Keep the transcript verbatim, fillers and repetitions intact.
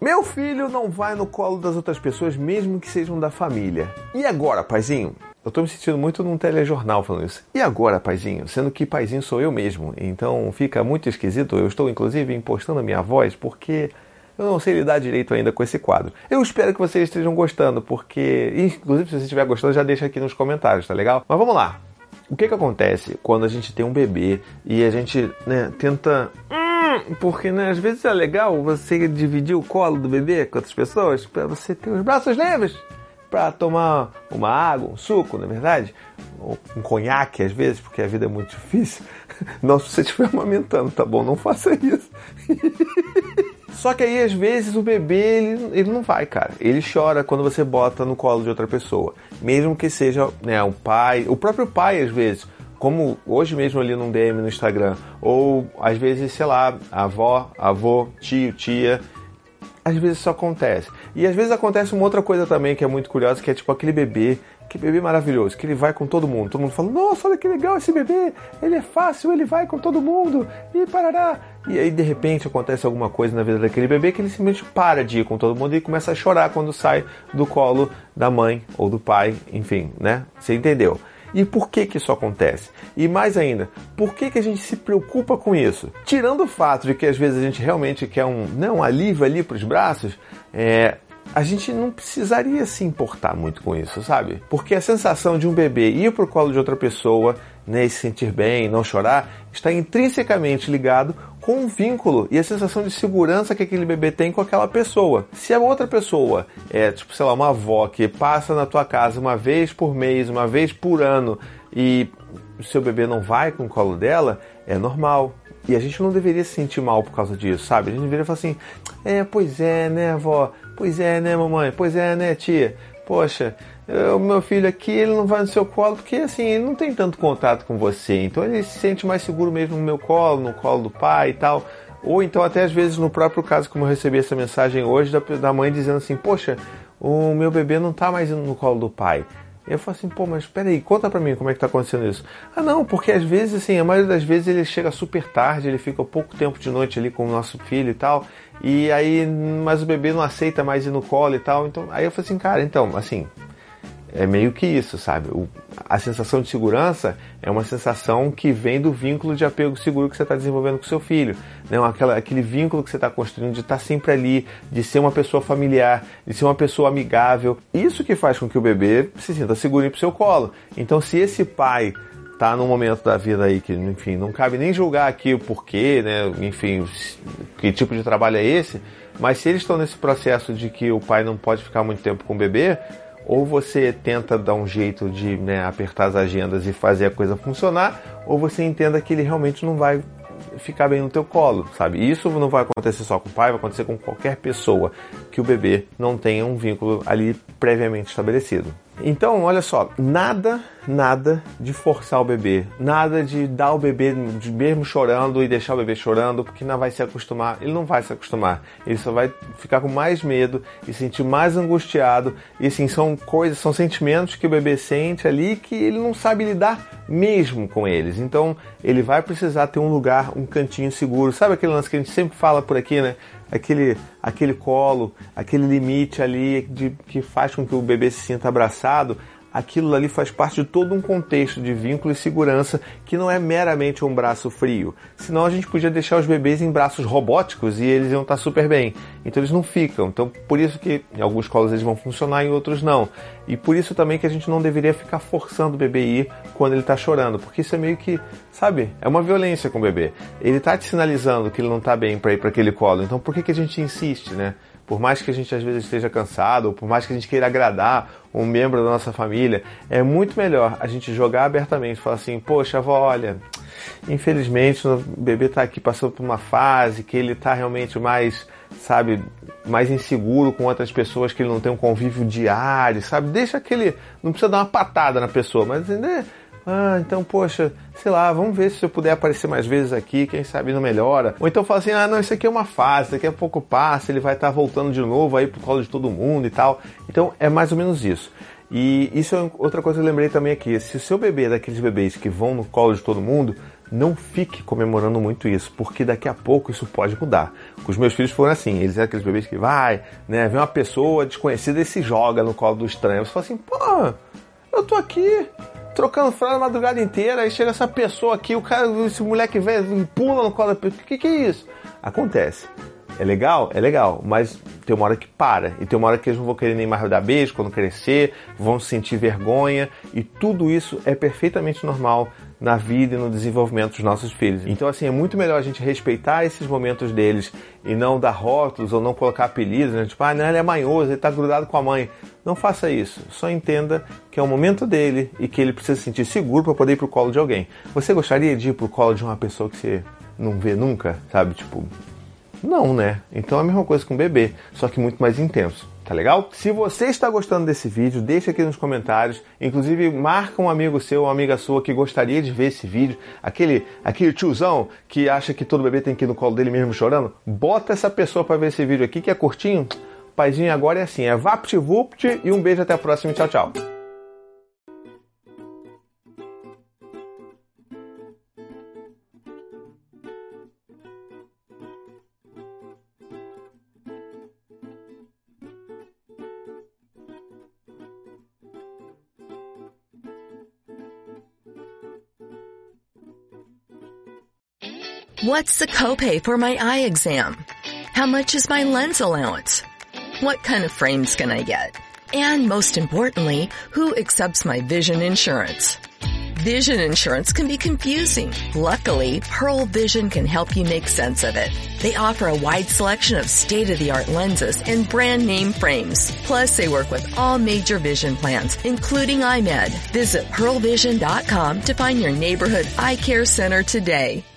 Meu filho não vai no colo das outras pessoas, mesmo que sejam da família. E agora, paizinho? Eu tô me sentindo muito num telejornal falando isso. E agora, paizinho? Sendo que paizinho sou eu mesmo. Então fica muito esquisito. Eu estou, inclusive, impostando a minha voz porque eu não sei lidar direito ainda com esse quadro. Eu espero que vocês estejam gostando, porque... Inclusive, se você estiver gostando, já deixa aqui nos comentários, tá legal? Mas vamos lá. O que que acontece quando a gente tem um bebê e a gente, né, tenta... Hum, porque, né, às vezes é legal você dividir o colo do bebê com outras pessoas para você ter os braços leves para tomar uma água, um suco, na verdade, ou um conhaque às vezes, porque a vida é muito difícil. Não, se você estiver amamentando, tá bom? Não faça isso. Só que aí, às vezes, o bebê, ele, ele não vai, cara. Ele chora quando você bota no colo de outra pessoa. Mesmo que seja, né, o pai, o próprio pai, às vezes, como hoje mesmo ali num D M no Instagram, ou às vezes, sei lá, a avó, avô, tio, tia... Às vezes isso acontece. E às vezes acontece uma outra coisa também que é muito curiosa, que é tipo aquele bebê, que bebê maravilhoso, que ele vai com todo mundo. Todo mundo fala, nossa, olha que legal esse bebê, ele é fácil, ele vai com todo mundo, e parará. E aí de repente acontece alguma coisa na vida daquele bebê que ele simplesmente para de ir com todo mundo e começa a chorar quando sai do colo da mãe ou do pai, enfim, né? Você entendeu? E por que que isso acontece? E mais ainda, por que que a gente se preocupa com isso? Tirando o fato de que às vezes a gente realmente quer um, né, um alívio ali para os braços, é, a gente não precisaria se importar muito com isso, sabe? Porque a sensação de um bebê ir para o colo de outra pessoa, né, e se sentir bem, não chorar, está intrinsecamente ligado com um vínculo e a sensação de segurança que aquele bebê tem com aquela pessoa. Se a outra pessoa é, tipo, sei lá, uma avó que passa na tua casa uma vez por mês, uma vez por ano e o seu bebê não vai com o colo dela, é normal. E a gente não deveria se sentir mal por causa disso, sabe? A gente deveria falar assim, é, pois é, né, avó? Pois é, né, mamãe? Pois é, né, tia? Poxa, o meu filho aqui, ele não vai no seu colo porque, assim, ele não tem tanto contato com você. Então ele se sente mais seguro mesmo no meu colo, no colo do pai e tal. Ou então até às vezes no próprio caso, como eu recebi essa mensagem hoje, da, da mãe dizendo assim, poxa, o meu bebê não tá mais indo no colo do pai. E eu falo assim, pô, mas peraí, conta pra mim como é que tá acontecendo isso. Ah não, porque às vezes, assim, a maioria das vezes ele chega super tarde, ele fica pouco tempo de noite ali com o nosso filho e tal, e aí, mas o bebê não aceita mais ir no colo e tal, então, aí eu falei assim, cara, então, assim, é meio que isso, sabe? O, a sensação de segurança é uma sensação que vem do vínculo de apego seguro que você está desenvolvendo com seu filho. Né? Aquela, aquele vínculo que você está construindo de estar sempre ali, de ser uma pessoa familiar, de ser uma pessoa amigável. Isso que faz com que o bebê se sinta seguro para o seu colo. Então, se esse pai tá num momento da vida aí que, enfim, não cabe nem julgar aqui o porquê, né? Enfim, que tipo de trabalho é esse, mas se eles estão nesse processo de que o pai não pode ficar muito tempo com o bebê, ou você tenta dar um jeito de, né, apertar as agendas e fazer a coisa funcionar, ou você entenda que ele realmente não vai ficar bem no teu colo, sabe? E isso não vai acontecer só com o pai, vai acontecer com qualquer pessoa que o bebê não tenha um vínculo ali previamente estabelecido. Então, olha só, nada, nada de forçar o bebê, nada de dar o bebê mesmo chorando e deixar o bebê chorando, porque não vai se acostumar, ele não vai se acostumar, ele só vai ficar com mais medo e se sentir mais angustiado, e assim, são coisas, são sentimentos que o bebê sente ali que ele não sabe lidar mesmo com eles, então ele vai precisar ter um lugar, um cantinho seguro, sabe aquele lance que a gente sempre fala por aqui, né? Aquele, aquele colo, aquele limite ali de, que faz com que o bebê se sinta abraçado, aquilo ali faz parte de todo um contexto de vínculo e segurança que não é meramente um braço frio. Senão a gente podia deixar os bebês em braços robóticos e eles iam estar super bem. Então eles não ficam. Então por isso que em alguns colos eles vão funcionar, em outros não. E por isso também que a gente não deveria ficar forçando o bebê a ir quando ele está chorando. Porque isso é meio que, sabe, é uma violência com o bebê. Ele está te sinalizando que ele não está bem para ir para aquele colo. Então por que que a gente insiste, né? Por mais que a gente às vezes esteja cansado, ou por mais que a gente queira agradar um membro da nossa família, é muito melhor a gente jogar abertamente, falar assim, poxa, avó, olha, infelizmente o bebê está aqui passando por uma fase que ele está realmente mais, sabe, mais inseguro com outras pessoas, que ele não tem um convívio diário, sabe? Deixa aquele, não precisa dar uma patada na pessoa, mas, né? Ah, então, poxa, sei lá, vamos ver se eu puder aparecer mais vezes aqui, quem sabe não melhora. Ou então fala assim, ah, não, isso aqui é uma fase, daqui a pouco passa, ele vai estar voltando de novo aí pro colo de todo mundo e tal. Então, é mais ou menos isso. E isso é outra coisa que eu lembrei também aqui, se o seu bebê é daqueles bebês que vão no colo de todo mundo, não fique comemorando muito isso, porque daqui a pouco isso pode mudar. Os meus filhos foram assim, eles eram aqueles bebês que vai, né, vem uma pessoa desconhecida e se joga no colo do estranho. Você fala assim, pô, eu tô aqui trocando fralda a madrugada inteira, aí chega essa pessoa aqui, o cara, esse moleque velho pula no colo da pessoa. O que, que é isso? Acontece. É legal? É legal, mas tem uma hora que para, e tem uma hora que eles não vão querer nem mais dar beijo quando crescer, vão sentir vergonha, e tudo isso é perfeitamente normal na vida e no desenvolvimento dos nossos filhos. Então, assim, é muito melhor a gente respeitar esses momentos deles e não dar rótulos ou não colocar apelidos, né? Tipo, ah, não, ele é manhoso, ele tá grudado com a mãe. Não faça isso. Só entenda que é o momento dele e que ele precisa se sentir seguro para poder ir pro colo de alguém. Você gostaria de ir pro colo de uma pessoa que você não vê nunca, sabe? Tipo, não, né? Então é a mesma coisa com o bebê, só que muito mais intenso. Tá legal? Se você está gostando desse vídeo, deixa aqui nos comentários. Inclusive, marca um amigo seu ou amiga sua que gostaria de ver esse vídeo. Aquele, aquele tiozão que acha que todo bebê tem que ir no colo dele mesmo chorando. Bota essa pessoa para ver esse vídeo aqui, que é curtinho. Paizinho agora é assim, é VaptVupt e um beijo, até a próxima. Tchau, tchau. What's the copay for my eye exam? How much is my lens allowance? What kind of frames can I get? And most importantly, who accepts my vision insurance? Vision insurance can be confusing. Luckily, Pearl Vision can help you make sense of it. They offer a wide selection of state-of-the-art lenses and brand name frames. Plus, they work with all major vision plans, including iMed. Visit pearl vision dot com to find your neighborhood eye care center today.